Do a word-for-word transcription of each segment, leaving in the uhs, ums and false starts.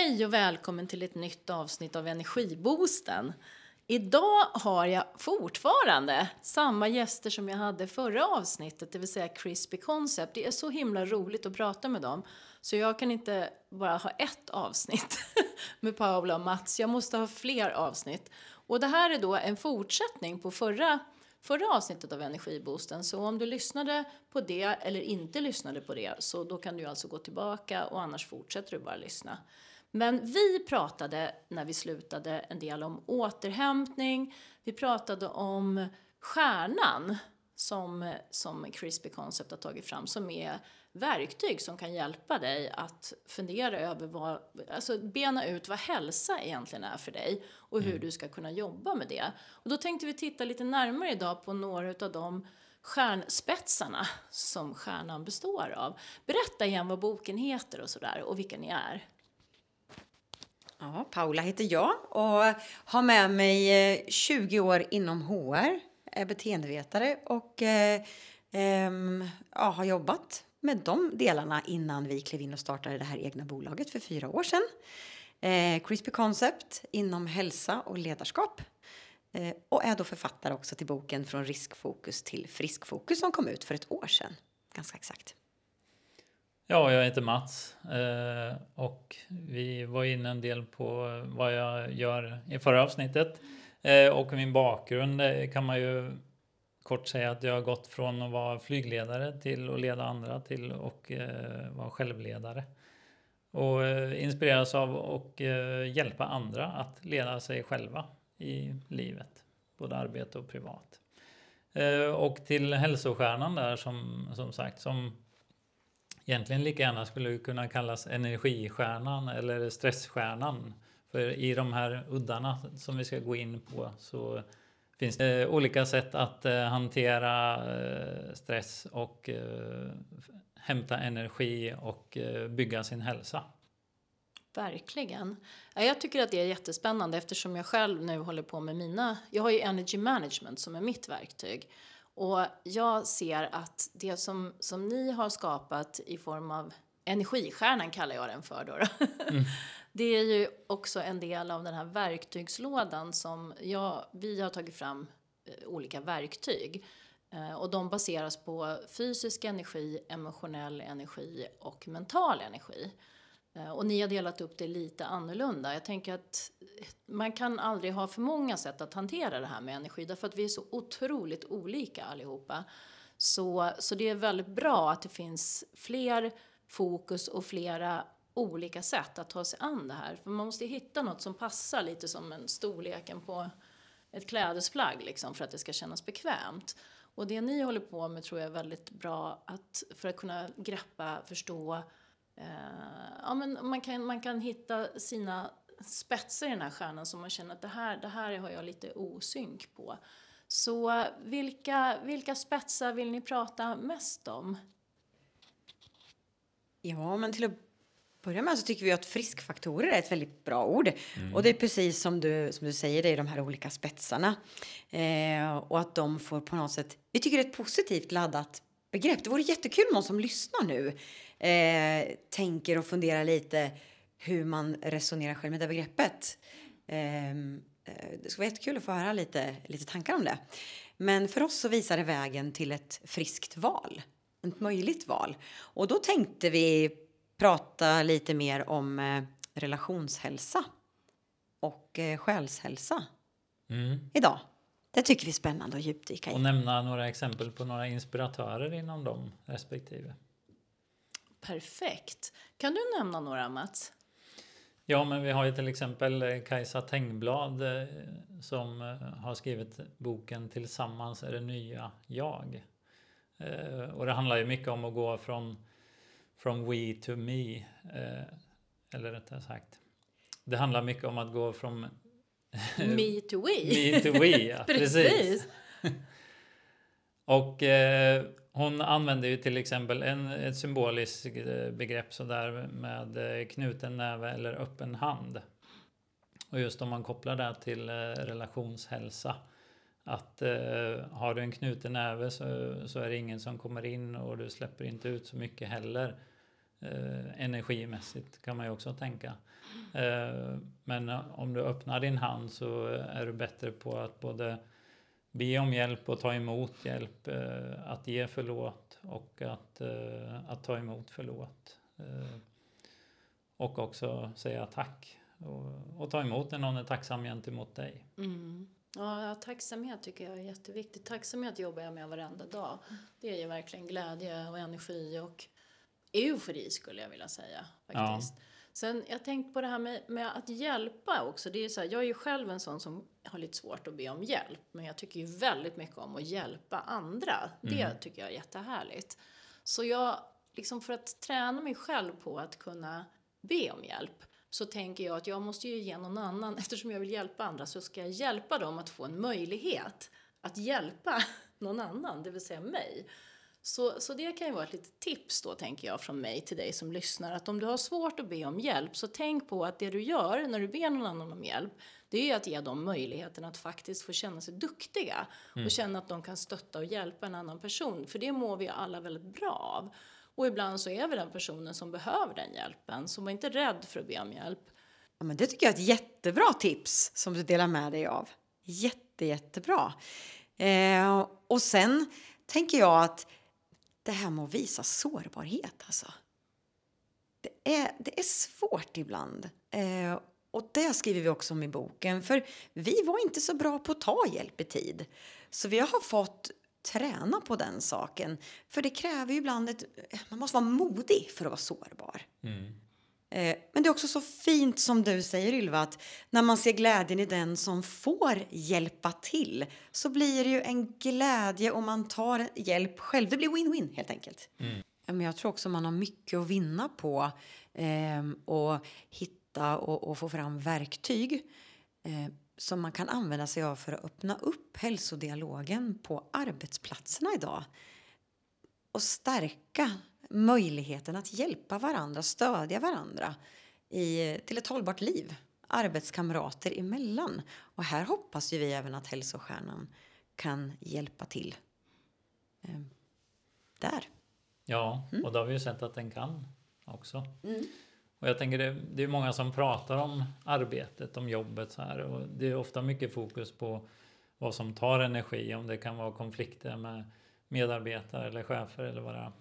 Hej och välkommen till ett nytt avsnitt av Energiboosten. Idag har jag fortfarande samma gäster som jag hade förra avsnittet, det vill säga Crispy Concept. Det är så himla roligt att prata med dem, så jag kan inte bara ha ett avsnitt med Paula och Mats. Jag måste ha fler avsnitt. Och det här är då en fortsättning på förra, förra avsnittet av Energiboosten. Så om du lyssnade på det eller inte lyssnade på det, så då kan du alltså gå tillbaka och annars fortsätter du bara lyssna. Men vi pratade när vi slutade en del om återhämtning. Vi pratade om stjärnan som, som Crispy Concept har tagit fram. Som är verktyg som kan hjälpa dig att fundera över vad, alltså bena ut vad hälsa egentligen är för dig. Och hur mm. du ska kunna jobba med det. Och då tänkte vi titta lite närmare idag på några av de stjärnspetsarna som stjärnan består av. Berätta igen vad boken heter och sådär och vilka ni är. Ja, Paula heter jag och har med mig tjugo år inom H R, är beteendevetare och eh, eh, ja, har jobbat med de delarna innan vi klev in och startade det här egna bolaget för fyra år sedan. Eh, Crispy Concept inom hälsa och ledarskap eh, och är då författare också till boken Från riskfokus till friskfokus som kom ut för ett år sedan, ganska exakt. Ja, jag heter Mats eh, och vi var inne en del på vad jag gör i förra avsnittet. Eh, och min bakgrund eh, kan man ju kort säga att jag har gått från att vara flygledare till att leda andra till och eh, vara självledare. Och eh, inspireras av att eh, hjälpa andra att leda sig själva i livet, både arbete och privat. Eh, och till hälsostjärnan där som, som sagt som egentligen lika gärna skulle kunna kallas energistjärnan eller stressstjärnan. För i de här uddarna som vi ska gå in på så finns det olika sätt att eh, hantera eh, stress och eh, hämta energi och eh, bygga sin hälsa. Verkligen. Jag tycker att det är jättespännande eftersom jag själv nu håller på med mina... Jag har ju energy management som är mitt verktyg. Och jag ser att det som, som ni har skapat i form av energistjärnan kallar jag den för då. Mm. Det är ju också en del av den här verktygslådan som jag, vi har tagit fram olika verktyg. Och de baseras på fysisk energi, emotionell energi och mental energi. Och ni har delat upp det lite annorlunda. Jag tänker att man kan aldrig ha för många sätt att hantera det här med energi. Därför att vi är så otroligt olika allihopa. Så, så det är väldigt bra att det finns fler fokus och flera olika sätt att ta sig an det här. För man måste hitta något som passar lite som en storleken på ett klädesplagg. Liksom, för att det ska kännas bekvämt. Och det ni håller på med tror jag är väldigt bra att, för att kunna greppa, förstå... Uh, ja, men man, kan, man kan hitta sina spetsar i den här stjärnan som man känner att det här, det här har jag lite osynk på. Så vilka, vilka spetsar vill ni prata mest om? Ja, men till att börja med så tycker vi att friskfaktorer är ett väldigt bra ord. Mm. Och det är precis som du, som du säger, det är de här olika spetsarna. Eh, och att de får på något sätt, vi tycker det är ett positivt laddat begrepp. Det vore jättekul om någon som lyssnar nu eh, tänker och funderar lite hur man resonerar själv med det begreppet. Eh, det ska vara jättekul att få höra lite, lite tankar om det. Men för oss så visar det vägen till ett friskt val. Ett möjligt val. Och då tänkte vi prata lite mer om eh, relationshälsa och eh, själshälsa mm. idag. Det tycker vi är spännande att djupdyka i. Och nämna några exempel på några inspiratörer inom dem respektive. Perfekt. Kan du nämna några, Mats? Ja, men vi har ju till exempel Kajsa Tengblad som har skrivit boken Tillsammans är det nya jag. Och det handlar ju mycket om att gå från from we to me. Eller rättare sagt. Det handlar mycket om att gå från me to we. Me to we, ja, precis. precis. Och eh, hon använder ju till exempel en, ett symboliskt begrepp sådär med knuten näve eller öppen hand. Och just om man kopplar det till eh, relationshälsa. Att eh, har du en knuten näve så, så är det ingen som kommer in och du släpper inte ut så mycket heller. eh, energimässigt kan man ju också tänka. Eh, men om du öppnar din hand så är du bättre på att både be om hjälp och ta emot hjälp, eh, att ge förlåt och att, eh, att ta emot förlåt. Eh, och också säga tack och, och ta emot när någon är tacksam gentemot dig. Mm. Ja, tacksamhet tycker jag är jätteviktigt. Tacksamhet jobbar jag med varenda dag. Det ger verkligen glädje och energi och eufori skulle jag vilja säga faktiskt. Ja. Sen jag tänkt på det här med, med att hjälpa också. Det är så här, jag är ju själv en sån som har lite svårt att be om hjälp. Men jag tycker ju väldigt mycket om att hjälpa andra. Mm. Det tycker jag är jättehärligt. Så jag, liksom för att träna mig själv på att kunna be om hjälp. Så tänker jag att jag måste ju ge någon annan. Eftersom jag vill hjälpa andra så ska jag hjälpa dem att få en möjlighet. Att hjälpa någon annan, det vill säga mig. Så, så det kan ju vara ett litet tips då, tänker jag, från mig till dig som lyssnar. Att om du har svårt att be om hjälp, så tänk på att det du gör när du ber någon annan om hjälp, det är ju att ge dem möjligheten att faktiskt få känna sig duktiga. Mm. Och känna att de kan stötta och hjälpa en annan person. För det mår vi alla väldigt bra av. Och ibland så är vi den personen som behöver den hjälpen. Så var inte rädd för att be om hjälp. Ja, men det tycker jag är ett jättebra tips som du delar med dig av. Jätte, jättebra. Eh, och sen tänker jag att det här med att visa sårbarhet, alltså. Det är, det är svårt ibland. Eh, och det skriver vi också om i boken. För vi var inte så bra på att ta hjälp i tid. Så vi har fått träna på den saken. För det kräver ju ibland ett... Man måste vara modig för att vara sårbar. Mm. Eh, men det är också så fint som du säger, Ylva, att när man ser glädjen i den som får hjälpa till, så blir det ju en glädje om man tar hjälp själv. Det blir win-win helt enkelt. Mm. Men jag tror också man har mycket att vinna på eh, och hitta och, och få fram verktyg eh, som man kan använda sig av för att öppna upp hälsodialogen på arbetsplatserna idag. Och stärka möjligheten att hjälpa varandra, stödja varandra i, till ett hållbart liv. Arbetskamrater emellan. Och här hoppas ju vi även att Hälsostjärnan kan hjälpa till. Eh, där. Ja, mm. och då har vi ju sett att den kan också. Mm. Och jag tänker det, det är många som pratar om arbetet, om jobbet så här. Och det är ofta mycket fokus på vad som tar energi. Om det kan vara konflikter med medarbetare eller chefer eller vad det är.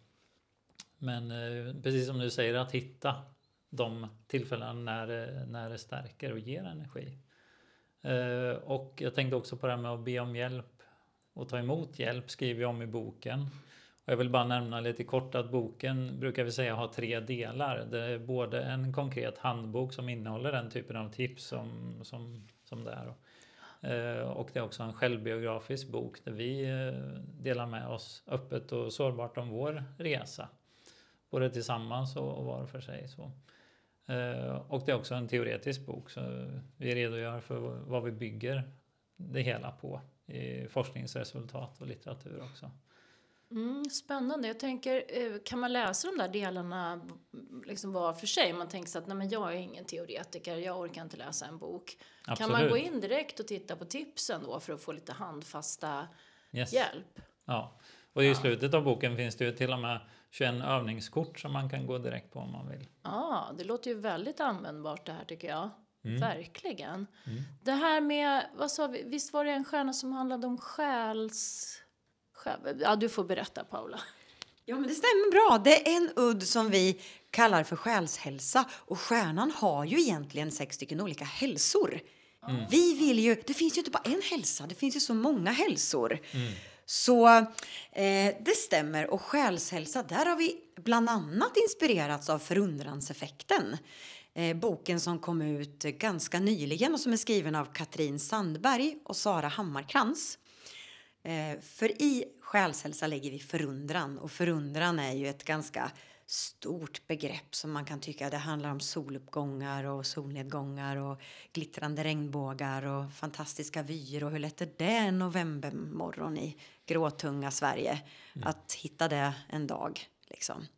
Men eh, precis som du säger, att hitta de tillfällen när, när det stärker och ger energi. Eh, och jag tänkte också på det här med att be om hjälp och ta emot hjälp, skriver jag om i boken. Och jag vill bara nämna lite kort att boken brukar vi säga har tre delar. Det är både en konkret handbok som innehåller den typen av tips som, som, som det är. Eh, och det är också en självbiografisk bok där vi eh, delar med oss öppet och sårbart om vår resa. Både tillsammans och var för sig. Så. Eh, och det är också en teoretisk bok. Så vi redogör för vad vi bygger det hela på. I forskningsresultat och litteratur också. Mm, spännande. Jag tänker, kan man läsa de där delarna liksom var för sig? Man tänker så att nej, men jag är ingen teoretiker, jag orkar inte läsa en bok. Absolut. Kan man gå in direkt och titta på tipsen då för att få lite handfasta yes. hjälp? Ja, och i ja. slutet av boken finns det ju till och med tjugoett övningskort som man kan gå direkt på om man vill. Ja, det låter ju väldigt användbart det här tycker jag. Mm. Verkligen. Mm. Det här med, vad sa vi, visst var det en stjärna som handlade om själs... Ja, du får berätta, Paula. Ja, men det stämmer bra. Det är en udd som vi kallar för själshälsa. Och stjärnan har ju egentligen sex stycken olika hälsor. Mm. Vi vill ju, det finns ju inte bara en hälsa, det finns ju så många hälsor. Mm. Så eh, det stämmer. Och själshälsa, där har vi bland annat inspirerats av förundranseffekten. Eh, boken som kom ut ganska nyligen och som är skriven av Katrin Sandberg och Sara Hammarkrans. Eh, för i själshälsa lägger vi förundran. Och förundran är ju ett ganska stort begrepp som man kan tycka det handlar om soluppgångar och solnedgångar och glittrande regnbågar och fantastiska vyer. Och hur lätt är det en novembermorgon i gråtunga Sverige mm. att hitta det en dag liksom.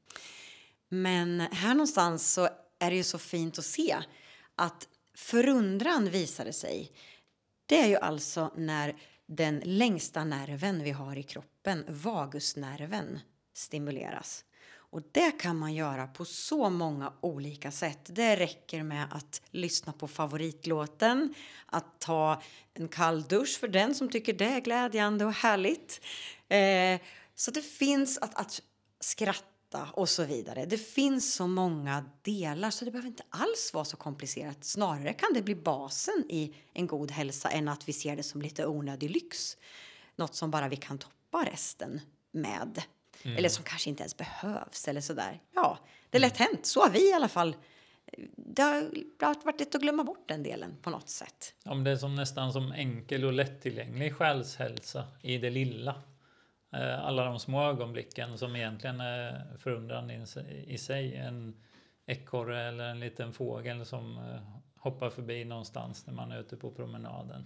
Men här någonstans så är det ju så fint att se att förundran visade sig. Det är ju alltså när den längsta nerven vi har i kroppen, vagusnerven, stimuleras. Och det kan man göra på så många olika sätt. Det räcker med att lyssna på favoritlåten, att ta en kall dusch för den som tycker det är glädjande och härligt. Eh, så det finns att, att skratta och så vidare. Det finns så många delar så det behöver inte alls vara så komplicerat. Snarare kan det bli basen i en god hälsa än att vi ser det som lite onödig lyx. Något som bara vi kan toppa resten med. Mm. Eller som kanske inte ens behövs eller sådär. Ja, det är lätt mm. hänt. Så har vi i alla fall. Det har, det har varit lätt att glömma bort den delen på något sätt. Om det är som nästan som enkel och lättillgänglig själshälsa i det lilla. Alla de små ögonblicken som egentligen är förundrande i sig. En ekorre eller en liten fågel som hoppar förbi någonstans när man är ute på promenaden.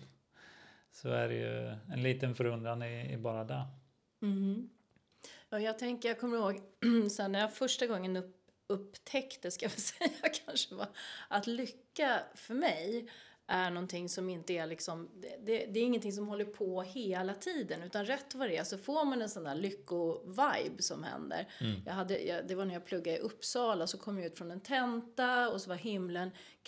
Så är det ju en liten förundran i, i bara det. Mm. Ja, jag tänker, jag kommer ihåg sen när jag första gången upp, upptäckte, ska jag säga kanske var, att lycka för mig är någonting som inte är liksom, det, det, det är ingenting som håller på hela tiden, utan rätt vad det är så får man en sån där lycko-vibe som händer. Mm. Jag hade, jag, det var när jag pluggade i Uppsala, så kom jag ut från en tenta och så var himlen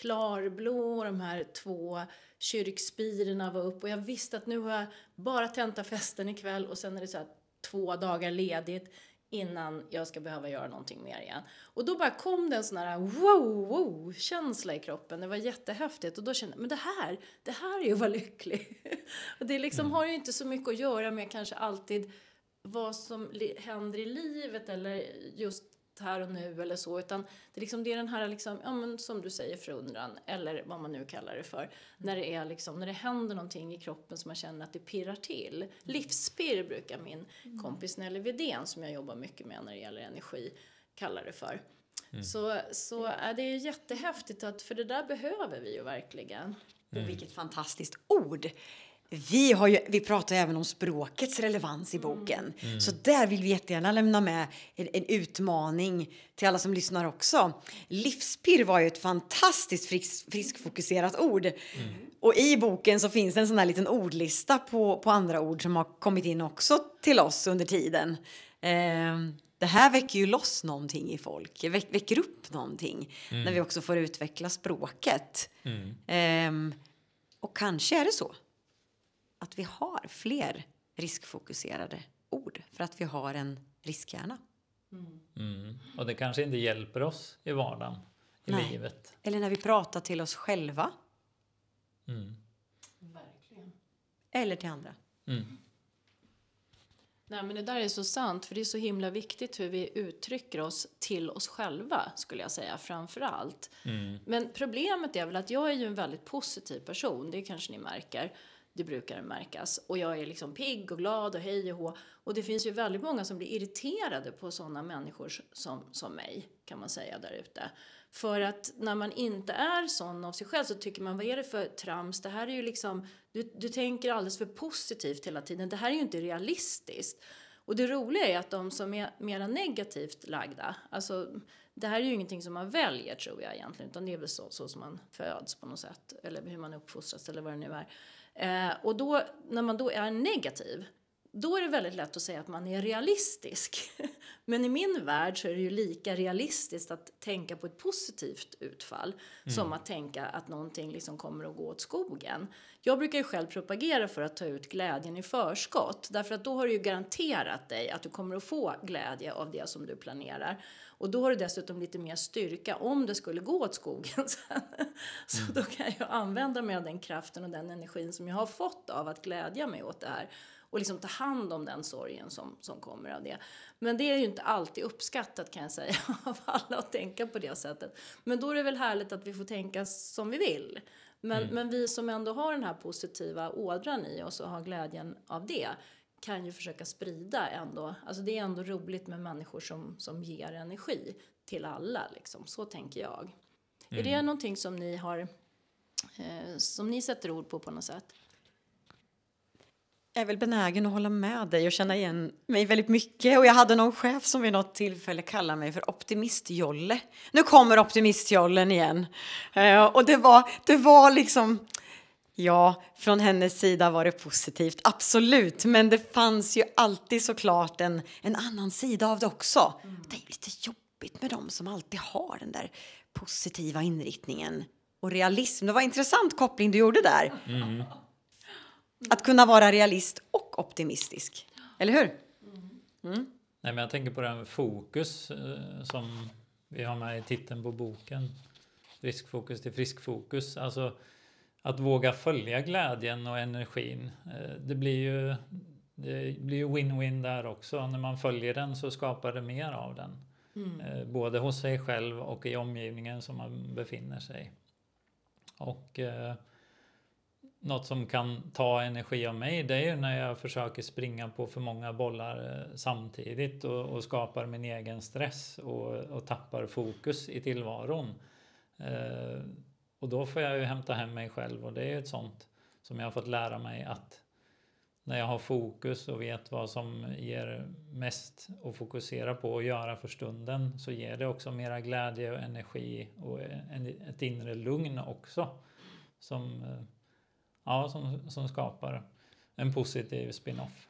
klarblå och de här två kyrkspirorna var upp och jag visste att nu har jag bara tentafesten ikväll och sen är det så här två dagar ledigt innan jag ska behöva göra någonting mer igen. Och då bara kom det en sån här wow, wow känsla i kroppen. Det var jättehäftigt och då kände jag, men det här, det här är ju att vara lycklig. Och det liksom mm. har ju inte så mycket att göra med kanske alltid vad som li- händer i livet eller just här och nu eller så, utan det är liksom det är den här liksom, ja men som du säger förundran eller vad man nu kallar det för, mm. när det är liksom när det händer någonting i kroppen som man känner att det pirrar till. Mm. Livspirr brukar min mm. kompis Nelly Widén som jag jobbar mycket med när det gäller energi kallar det för. Mm. Så så är det ju jättehäftigt att för det där behöver vi ju verkligen. Mm. Och vilket fantastiskt ord. Vi, har ju, vi pratar även om språkets relevans i boken. Mm. Så där vill vi jättegärna lämna med en, en utmaning till alla som lyssnar också. Livspirr var ju ett fantastiskt frisk, friskfokuserat ord. Mm. Och i boken så finns en sån här liten ordlista på, på andra ord som har kommit in också till oss under tiden. Eh, det här väcker ju loss någonting i folk. Det väck, väcker upp någonting mm. när vi också får utveckla språket. Mm. Eh, och kanske är det så att vi har fler riskfokuserade ord för att vi har en riskhjärna. Mm. Mm. Och det kanske inte hjälper oss i vardagen, i Nej. livet. Eller när vi pratar till oss själva. Mm. Verkligen. Eller till andra. Mm. Nej, men det där är så sant, för det är så himla viktigt hur vi uttrycker oss till oss själva, skulle jag säga, framför allt. Mm. Men problemet är väl att jag är ju en väldigt positiv person, det kanske ni märker. Det brukar märkas. Och jag är liksom pigg och glad och hej och hå. Och det finns ju väldigt många som blir irriterade på sådana människor som, som mig, kan man säga där ute. För att när man inte är sån av sig själv så tycker man, vad är det för trams? Det här är ju liksom, du, du tänker alldeles för positivt hela tiden. Det här är ju inte realistiskt. Och det roliga är att de som är mera negativt lagda, alltså det här är ju ingenting som man väljer tror jag egentligen. Utan det är väl så, så som man föds på något sätt. Eller hur man uppfostras eller vad det nu är. Eh, och då, när man då är negativ, då är det väldigt lätt att säga att man är realistisk. Men i min värld så är det ju lika realistiskt att tänka på ett positivt utfall mm. som att tänka att någonting liksom kommer att gå åt skogen. Jag brukar ju själv propagera för att ta ut glädjen i förskott. Därför att då har du ju garanterat dig att du kommer att få glädje av det som du planerar. Och då har du dessutom lite mer styrka om det skulle gå åt skogen sen. Så mm. då kan jag använda mig av den kraften och den energin som jag har fått av att glädja mig åt det här. Och liksom ta hand om den sorgen som, som kommer av det. Men det är ju inte alltid uppskattat kan jag säga av alla att tänka på det sättet. Men då är det väl härligt att vi får tänka som vi vill. Men, mm. men vi som ändå har den här positiva ådran i oss och har glädjen av det kan ju försöka sprida ändå. Alltså det är ändå roligt med människor som, som ger energi till alla. Liksom. Så tänker jag. Mm. Är det någonting som ni har eh, som ni sätter ord på på något sätt? Jag är väl benägen att hålla med dig och känna igen mig väldigt mycket. Och jag hade någon chef som vid något tillfälle kallade mig för optimistjolle. Nu kommer optimistjollen igen. Uh, och det var, det var liksom... Ja, från hennes sida var det positivt, absolut. Men det fanns ju alltid såklart en, en annan sida av det också. Mm. Det är lite jobbigt med dem som alltid har den där positiva inriktningen. Och realism, det var en intressant koppling du gjorde där. Mm. Att kunna vara realist och optimistisk, eller hur? Mm. Nej, men jag tänker på det här med fokus eh, som vi har med i titeln på boken. Friskfokus till friskfokus. Alltså att våga följa glädjen och energin. Eh, det blir ju det blir ju win-win där också. När man följer den så skapar det mer av den. Mm. Eh, både hos sig själv och i omgivningen som man befinner sig. Och eh, något som kan ta energi av mig, det är ju när jag försöker springa på för många bollar eh, samtidigt och, och skapar min egen stress och, och tappar fokus i tillvaron. Eh, och då får jag ju hämta hem mig själv, och det är ett sånt som jag har fått lära mig, att när jag har fokus och vet vad som ger mest att fokusera på och göra för stunden, så ger det också mera glädje och energi och en, ett inre lugn också som, ja, som, som skapar en positiv spin-off.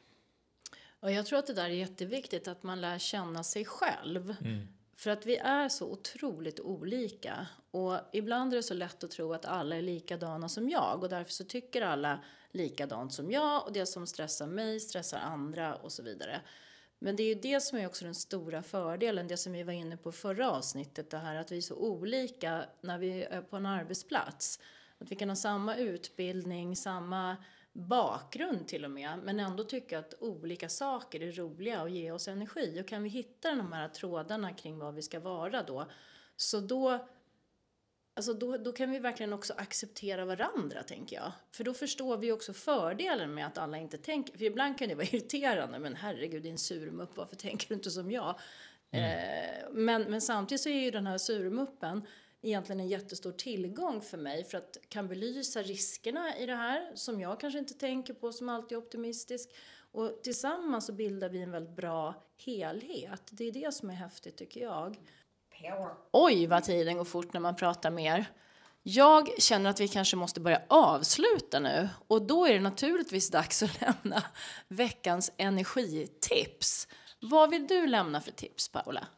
Och jag tror att det där är jätteviktigt, att man lär känna sig själv. Mm. För att vi är så otroligt olika. Och ibland är det så lätt att tro att alla är likadana som jag. Och därför så tycker alla likadant som jag. Och det som stressar mig stressar andra och så vidare. Men det är ju det som är också den stora fördelen. Det som vi var inne på förra avsnittet. Det här att vi är så olika när vi är på en arbetsplats. Att vi kan ha samma utbildning, samma bakgrund till och med, men ändå tycka att olika saker är roliga och ge oss energi. Och kan vi hitta de här trådarna kring vad vi ska vara då, så då, alltså då, då kan vi verkligen också acceptera varandra, tänker jag. För då förstår vi också fördelen med att alla inte tänker, för ibland kan det vara irriterande, men herregud, din surmupp, varför tänker du inte som jag? Mm. Eh, men, men samtidigt så är ju den här surmuppen egentligen en jättestor tillgång för mig, för att kan belysa riskerna i det här som jag kanske inte tänker på, som alltid är optimistisk. Och tillsammans så bildar vi en väldigt bra helhet. Det är det som är häftigt, tycker jag. Power. Oj, vad tiden går fort när man pratar mer. Jag känner att vi kanske måste börja avsluta nu. Och då är det naturligtvis dags att lämna veckans energitips. Vad vill du lämna för tips, Paula?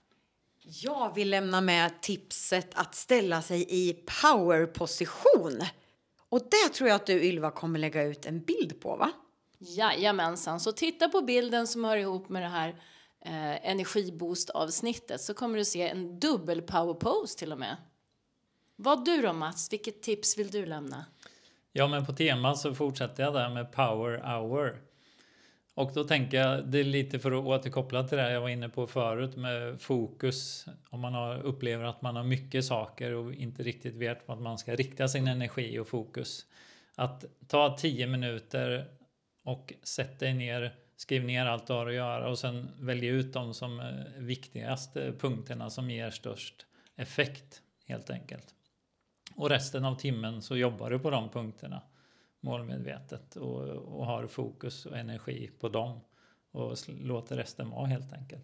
Jag vill lämna med tipset att ställa sig i powerposition. Och det tror jag att du, Ylva, kommer lägga ut en bild på, va? Jajamensan, så titta på bilden som hör ihop med det här eh, energiboost-avsnittet, så kommer du se en dubbel powerpose till och med. Vad du då, Mats? Vilket tips vill du lämna? Ja, men på temat så fortsätter jag där med power hour. Och då tänker jag, det är lite för att återkoppla till det jag var inne på förut med fokus. Om man har, upplever att man har mycket saker och inte riktigt vet vart man ska rikta sin energi och fokus. Att ta tio minuter och sätta dig ner, skriv ner allt du har att göra och sen välja ut de som viktigaste punkterna som ger störst effekt, helt enkelt. Och resten av timmen så jobbar du på de punkterna målmedvetet och, och har fokus och energi på dem och låter resten vara, helt enkelt.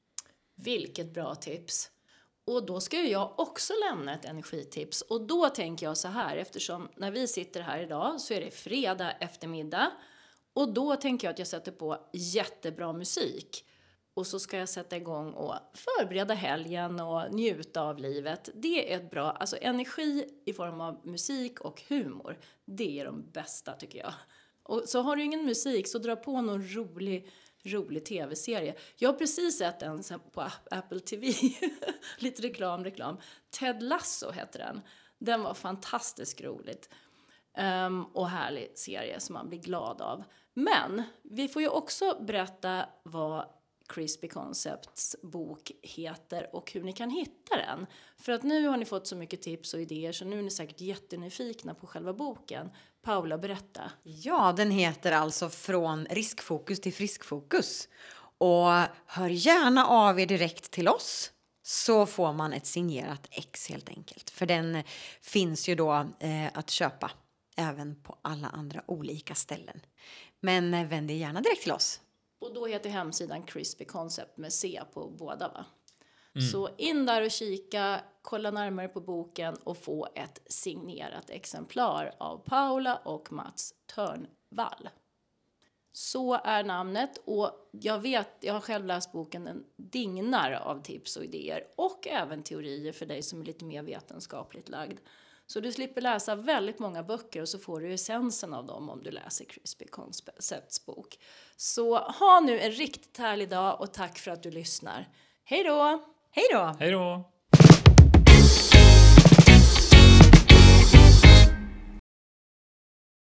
Vilket bra tips. Och då ska ju jag också lämna ett energitips. Och då tänker jag så här, eftersom när vi sitter här idag så är det fredag eftermiddag. Och då tänker jag att jag sätter på jättebra musik. Och så ska jag sätta igång och förbereda helgen och njuta av livet. Det är ett bra, alltså energi i form av musik och humor. Det är de bästa, tycker jag. Och så har du ingen musik, så dra på någon rolig, rolig tv-serie. Jag har precis sett en på Apple T V. Lite reklam, reklam. Ted Lasso heter den. Den var fantastiskt roligt. Um, och härlig serie som man blir glad av. Men vi får ju också berätta vad Crispy Concepts bok heter och hur ni kan hitta den. För att nu har ni fått så mycket tips och idéer, så nu är ni säkert jättenyfikna på själva boken. Paula, berätta. Ja, den heter alltså Från riskfokus till friskfokus. Och hör gärna av er direkt till oss, så får man ett signerat ex, helt enkelt. För den finns ju då eh, att köpa även på alla andra olika ställen. Men eh, vänd er gärna direkt till oss. Och då heter hemsidan Crispy Concept med C på båda, va? Mm. Så in där och kika, kolla närmare på boken och få ett signerat exemplar av Paula och Mats Törnvall. Så är namnet, och jag vet, jag har själv läst boken, den dignar av tips och idéer och även teorier för dig som är lite mer vetenskapligt lagd. Så du slipper läsa väldigt många böcker och så får du essensen av dem om du läser Crispy Concepts bok. Så ha nu en riktigt härlig dag och tack för att du lyssnar. Hej då! Hej då! Hej då!